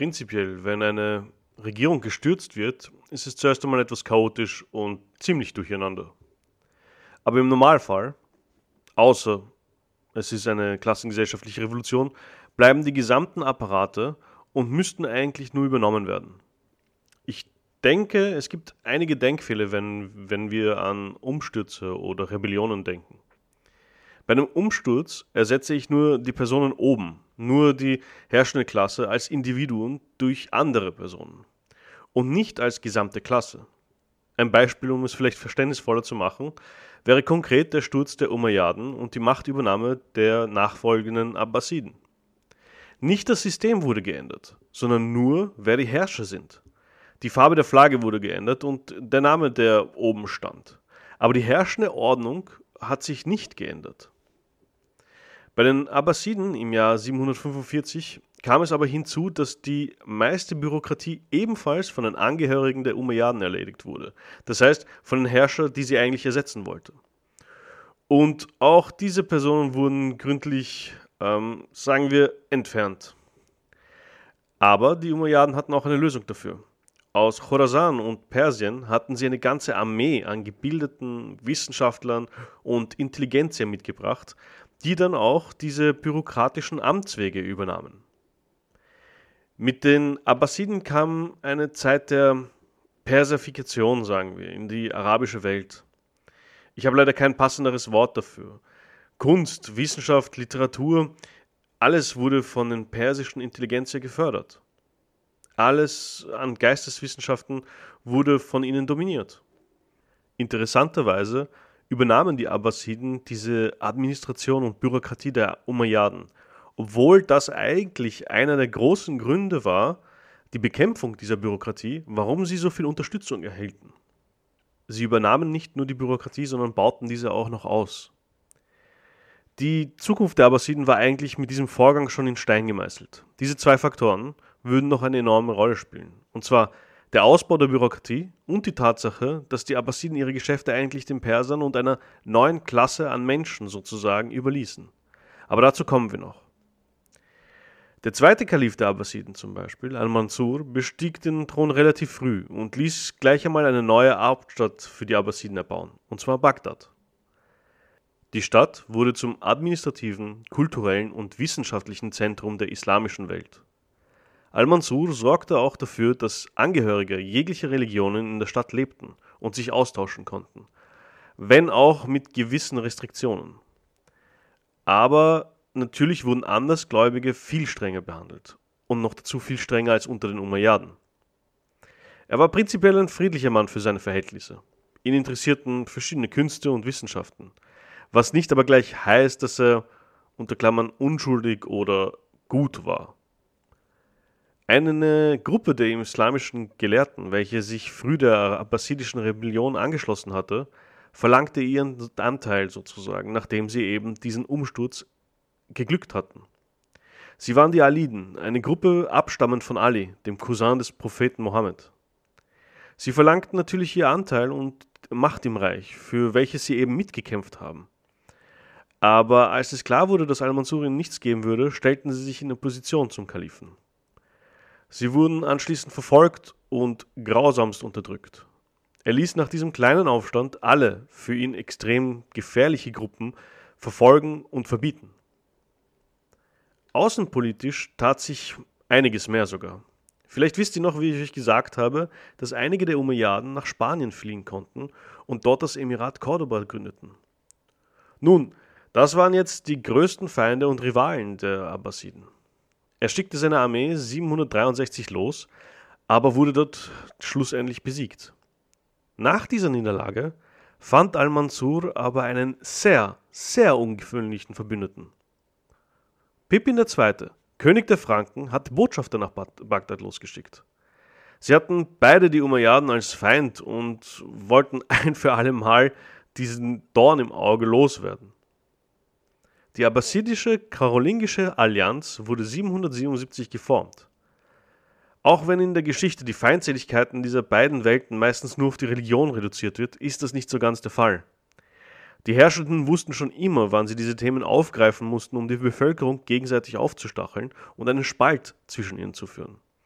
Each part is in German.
prinzipiell, wenn eine Regierung gestürzt wird, ist es zuerst einmal etwas chaotisch und ziemlich durcheinander. Aber im Normalfall, außer es ist eine klassengesellschaftliche Revolution, bleiben die gesamten Apparate und müssten eigentlich nur übernommen werden. Ich denke, es gibt einige Denkfehler, wenn wir an Umstürze oder Rebellionen denken. Bei einem Umsturz ersetze ich nur die Personen oben, nur die herrschende Klasse als Individuen durch andere Personen und nicht als gesamte Klasse. Ein Beispiel, um es vielleicht verständnisvoller zu machen, wäre konkret der Sturz der Umayyaden und die Machtübernahme der nachfolgenden Abbasiden. Nicht das System wurde geändert, sondern nur, wer die Herrscher sind. Die Farbe der Flagge wurde geändert und der Name, der oben stand. Aber die herrschende Ordnung hat sich nicht geändert. Bei den Abbasiden im Jahr 745 kam es aber hinzu, dass die meiste Bürokratie ebenfalls von den Angehörigen der Umayyaden erledigt wurde. Das heißt, von den Herrschern, die sie eigentlich ersetzen wollte. Und auch diese Personen wurden gründlich, sagen wir, entfernt. Aber die Umayyaden hatten auch eine Lösung dafür. Aus Chorasan und Persien hatten sie eine ganze Armee an gebildeten Wissenschaftlern und Intelligenzia mitgebracht, die dann auch diese bürokratischen Amtswege übernahmen. Mit den Abbasiden kam eine Zeit der Persifikation, sagen wir, in die arabische Welt. Ich habe leider kein passenderes Wort dafür. Kunst, Wissenschaft, Literatur, alles wurde von den persischen Intelligenzia gefördert. Alles an Geisteswissenschaften wurde von ihnen dominiert. Interessanterweise übernahmen die Abbasiden diese Administration und Bürokratie der Umayyaden, obwohl das eigentlich einer der großen Gründe war, die Bekämpfung dieser Bürokratie, warum sie so viel Unterstützung erhielten. Sie übernahmen nicht nur die Bürokratie, sondern bauten diese auch noch aus. Die Zukunft der Abbasiden war eigentlich mit diesem Vorgang schon in Stein gemeißelt. Diese zwei Faktoren würden noch eine enorme Rolle spielen. Und zwar der Ausbau der Bürokratie und die Tatsache, dass die Abbasiden ihre Geschäfte eigentlich den Persern und einer neuen Klasse an Menschen sozusagen überließen. Aber dazu kommen wir noch. Der zweite Kalif der Abbasiden zum Beispiel, Al-Mansur, bestieg den Thron relativ früh und ließ gleich einmal eine neue Hauptstadt für die Abbasiden erbauen, und zwar Bagdad. Die Stadt wurde zum administrativen, kulturellen und wissenschaftlichen Zentrum der islamischen Welt. Al-Mansur sorgte auch dafür, dass Angehörige jeglicher Religionen in der Stadt lebten und sich austauschen konnten, wenn auch mit gewissen Restriktionen. Aber natürlich wurden Andersgläubige viel strenger behandelt und noch dazu viel strenger als unter den Umayyaden. Er war prinzipiell ein friedlicher Mann für seine Verhältnisse. Ihn interessierten verschiedene Künste und Wissenschaften, was nicht aber gleich heißt, dass er unter Klammern unschuldig oder gut war. Eine Gruppe der islamischen Gelehrten, welche sich früh der abbasidischen Rebellion angeschlossen hatte, verlangte ihren Anteil sozusagen, nachdem sie eben diesen Umsturz geglückt hatten. Sie waren die Aliden, eine Gruppe abstammend von Ali, dem Cousin des Propheten Mohammed. Sie verlangten natürlich ihr Anteil und Macht im Reich, für welches sie eben mitgekämpft haben. Aber als es klar wurde, dass Al-Mansur ihnen nichts geben würde, stellten sie sich in Opposition zum Kalifen. Sie wurden anschließend verfolgt und grausamst unterdrückt. Er ließ nach diesem kleinen Aufstand alle für ihn extrem gefährliche Gruppen verfolgen und verbieten. Außenpolitisch tat sich einiges mehr sogar. Vielleicht wisst ihr noch, wie ich euch gesagt habe, dass einige der Umayyaden nach Spanien fliehen konnten und dort das Emirat Cordoba gründeten. Nun, das waren jetzt die größten Feinde und Rivalen der Abbasiden. Er schickte seine Armee 763 los, aber wurde dort schlussendlich besiegt. Nach dieser Niederlage fand Al-Mansur aber einen sehr, sehr ungewöhnlichen Verbündeten. Pippin II., König der Franken, hat Botschafter nach Bagdad losgeschickt. Sie hatten beide die Umayyaden als Feind und wollten ein für alle Mal diesen Dorn im Auge loswerden. Die abbasidische-karolingische Allianz wurde 777 geformt. Auch wenn in der Geschichte die Feindseligkeiten dieser beiden Welten meistens nur auf die Religion reduziert wird, ist das nicht so ganz der Fall. Die Herrschenden wussten schon immer, wann sie diese Themen aufgreifen mussten, um die Bevölkerung gegenseitig aufzustacheln und einen Spalt zwischen ihnen zu führen.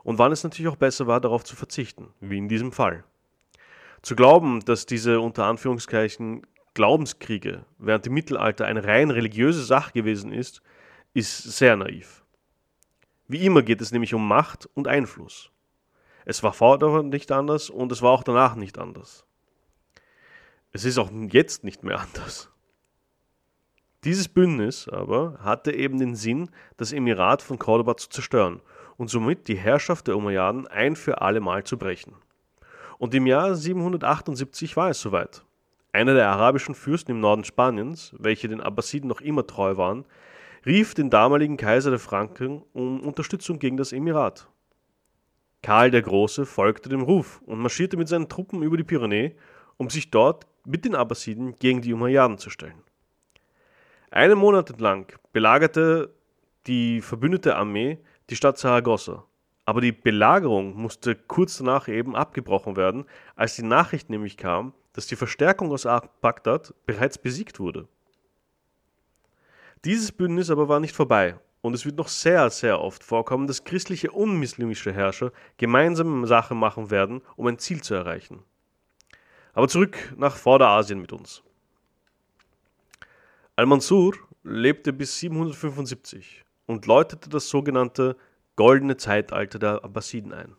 und wann es natürlich auch besser war, darauf zu verzichten, wie in diesem Fall. Zu glauben, dass diese unter Anführungszeichen Glaubenskriege während dem Mittelalter eine rein religiöse Sache gewesen ist sehr naiv. Wie immer geht es nämlich um Macht und Einfluss. Es war vorher nicht anders und es war auch danach nicht anders. Es ist auch jetzt nicht mehr anders. Dieses Bündnis aber hatte eben den Sinn, das Emirat von Cordoba zu zerstören und somit die Herrschaft der Umayyaden ein für alle Mal zu brechen. Und im Jahr 778 war es soweit. Einer der arabischen Fürsten im Norden Spaniens, welche den Abbasiden noch immer treu waren, rief den damaligen Kaiser der Franken um Unterstützung gegen das Emirat. Karl der Große folgte dem Ruf und marschierte mit seinen Truppen über die Pyrenäe, um sich dort mit den Abbasiden gegen die Umayyaden zu stellen. Einen Monat lang belagerte die verbündete Armee die Stadt Saragossa. Aber die Belagerung musste kurz danach eben abgebrochen werden, als die Nachricht nämlich kam, dass die Verstärkung aus Bagdad bereits besiegt wurde. Dieses Bündnis aber war nicht vorbei und es wird noch sehr, sehr oft vorkommen, dass christliche und muslimische Herrscher gemeinsame Sache machen werden, um ein Ziel zu erreichen. Aber zurück nach Vorderasien mit uns. Al-Mansur lebte bis 775 und läutete das sogenannte goldene Zeitalter der Abbasiden ein.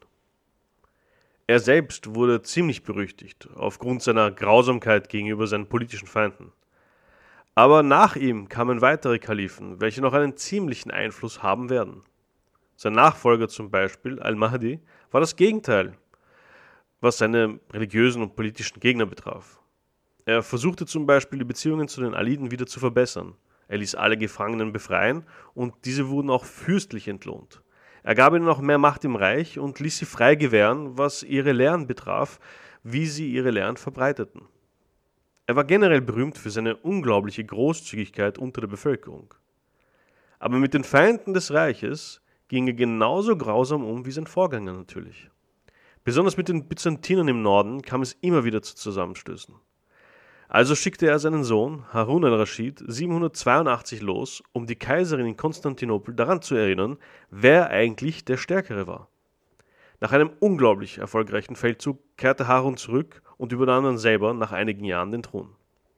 Er selbst wurde ziemlich berüchtigt aufgrund seiner Grausamkeit gegenüber seinen politischen Feinden. Aber nach ihm kamen weitere Kalifen, welche noch einen ziemlichen Einfluss haben werden. Sein Nachfolger zum Beispiel, Al-Mahdi, war das Gegenteil, was seine religiösen und politischen Gegner betraf. Er versuchte zum Beispiel die Beziehungen zu den Aliden wieder zu verbessern. Er ließ alle Gefangenen befreien und diese wurden auch fürstlich entlohnt. Er gab ihnen auch mehr Macht im Reich und ließ sie frei gewähren, was ihre Lehren betraf, wie sie ihre Lehren verbreiteten. Er war generell berühmt für seine unglaubliche Großzügigkeit unter der Bevölkerung. Aber mit den Feinden des Reiches ging er genauso grausam um wie sein Vorgänger natürlich. Besonders mit den Byzantinern im Norden kam es immer wieder zu Zusammenstößen. Also schickte er seinen Sohn Harun al-Raschid 782 los, um die Kaiserin in Konstantinopel daran zu erinnern, wer eigentlich der Stärkere war. Nach einem unglaublich erfolgreichen Feldzug kehrte Harun zurück und übernahm dann selber nach einigen Jahren den Thron.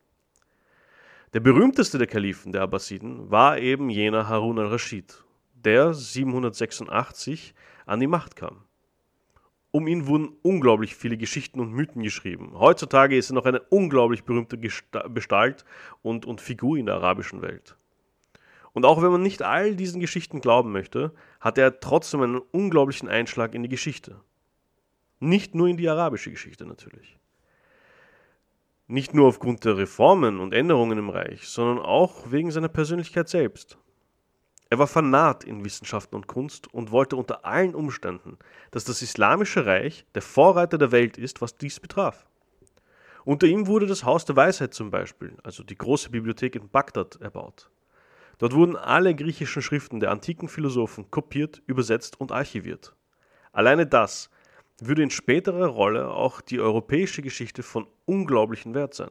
Der berühmteste der Kalifen der Abbasiden war eben jener Harun al-Raschid, der 786 an die Macht kam. Um ihn wurden unglaublich viele Geschichten und Mythen geschrieben. Heutzutage ist er noch eine unglaublich berühmte Gestalt und Figur in der arabischen Welt. Und auch wenn man nicht all diesen Geschichten glauben möchte, hat er trotzdem einen unglaublichen Einschlag in die Geschichte. Nicht nur in die arabische Geschichte natürlich. Nicht nur aufgrund der Reformen und Änderungen im Reich, sondern auch wegen seiner Persönlichkeit selbst. Er war Fanat in Wissenschaften und Kunst und wollte unter allen Umständen, dass das Islamische Reich der Vorreiter der Welt ist, was dies betraf. Unter ihm wurde das Haus der Weisheit zum Beispiel, also die große Bibliothek in Bagdad, erbaut. Dort wurden alle griechischen Schriften der antiken Philosophen kopiert, übersetzt und archiviert. Alleine das würde in späterer Rolle auch die europäische Geschichte von unglaublichem Wert sein.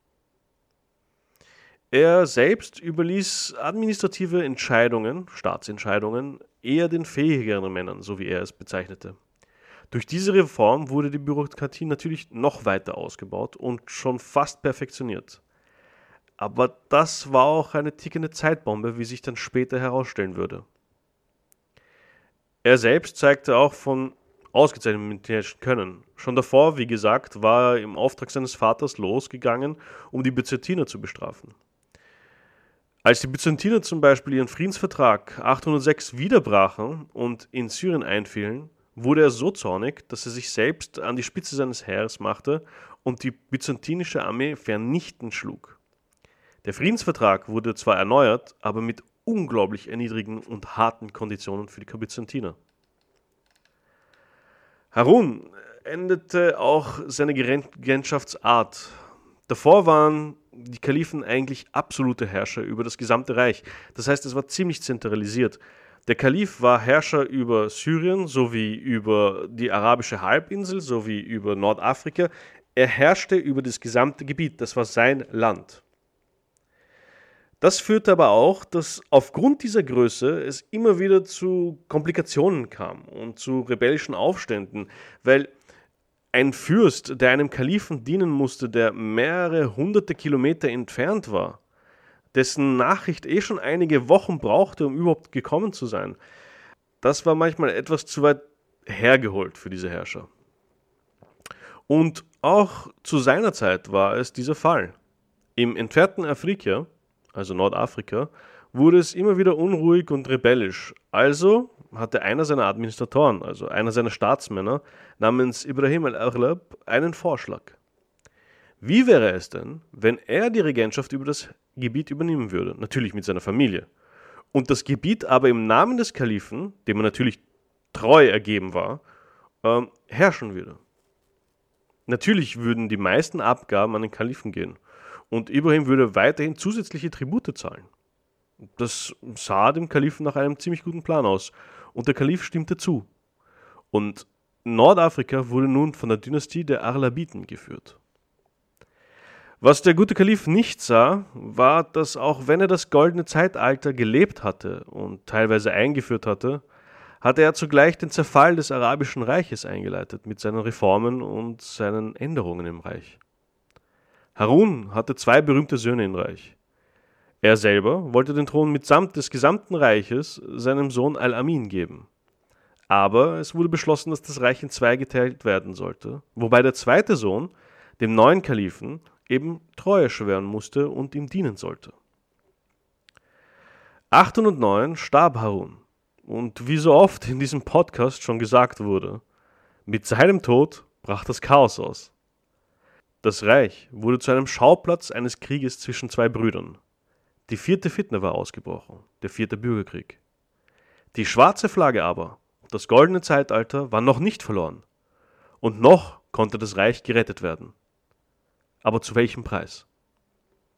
Er selbst überließ administrative Entscheidungen, Staatsentscheidungen, eher den fähigeren Männern, so wie er es bezeichnete. Durch diese Reform wurde die Bürokratie natürlich noch weiter ausgebaut und schon fast perfektioniert. Aber das war auch eine tickende Zeitbombe, wie sich dann später herausstellen würde. Er selbst zeigte auch von ausgezeichnetem militärischen Können. Schon davor, wie gesagt, war er im Auftrag seines Vaters losgegangen, um die Byzantiner zu bestrafen. Als die Byzantiner zum Beispiel ihren Friedensvertrag 806 wiederbrachen und in Syrien einfielen, wurde er so zornig, dass er sich selbst an die Spitze seines Heeres machte und die byzantinische Armee vernichtend schlug. Der Friedensvertrag wurde zwar erneuert, aber mit unglaublich erniedrigenden und harten Konditionen für die Byzantiner. Harun änderte auch seine Regentschaftsart. Davor waren die Kalifen eigentlich absolute Herrscher über das gesamte Reich. Das heißt, es war ziemlich zentralisiert. Der Kalif war Herrscher über Syrien sowie über die arabische Halbinsel sowie über Nordafrika. Er herrschte über das gesamte Gebiet, das war sein Land. Das führte aber auch, dass aufgrund dieser Größe es immer wieder zu Komplikationen kam und zu rebellischen Aufständen, weil ein Fürst, der einem Kalifen dienen musste, der mehrere hunderte Kilometer entfernt war, dessen Nachricht schon einige Wochen brauchte, um überhaupt gekommen zu sein, das war manchmal etwas zu weit hergeholt für diese Herrscher. Und auch zu seiner Zeit war es dieser Fall. Im entfernten Afrika, also Nordafrika, wurde es immer wieder unruhig und rebellisch. Also hatte einer seiner Administratoren, also einer seiner Staatsmänner, namens Ibrahim al-Aghlab, einen Vorschlag. Wie wäre es denn, wenn er die Regentschaft über das Gebiet übernehmen würde? Natürlich mit seiner Familie. Und das Gebiet aber im Namen des Kalifen, dem er natürlich treu ergeben war, herrschen würde. Natürlich würden die meisten Abgaben an den Kalifen gehen. Und Ibrahim würde weiterhin zusätzliche Tribute zahlen. Das sah dem Kalifen nach einem ziemlich guten Plan aus. Und der Kalif stimmte zu. Und Nordafrika wurde nun von der Dynastie der Arlabiten geführt. Was der gute Kalif nicht sah, war, dass auch wenn er das goldene Zeitalter gelebt hatte und teilweise eingeführt hatte er zugleich den Zerfall des Arabischen Reiches eingeleitet mit seinen Reformen und seinen Änderungen im Reich. Harun hatte 2 berühmte Söhne im Reich. Er selber wollte den Thron mitsamt des gesamten Reiches seinem Sohn Al-Amin geben. Aber es wurde beschlossen, dass das Reich in 2 geteilt werden sollte, wobei der zweite Sohn, dem neuen Kalifen, eben Treue schwören musste und ihm dienen sollte. 809 starb Harun. Und wie so oft in diesem Podcast schon gesagt wurde, mit seinem Tod brach das Chaos aus. Das Reich wurde zu einem Schauplatz eines Krieges zwischen 2 Brüdern. Die 4. Fitne war ausgebrochen, der 4. Bürgerkrieg. Die schwarze Flagge aber, das goldene Zeitalter, war noch nicht verloren. Und noch konnte das Reich gerettet werden. Aber zu welchem Preis?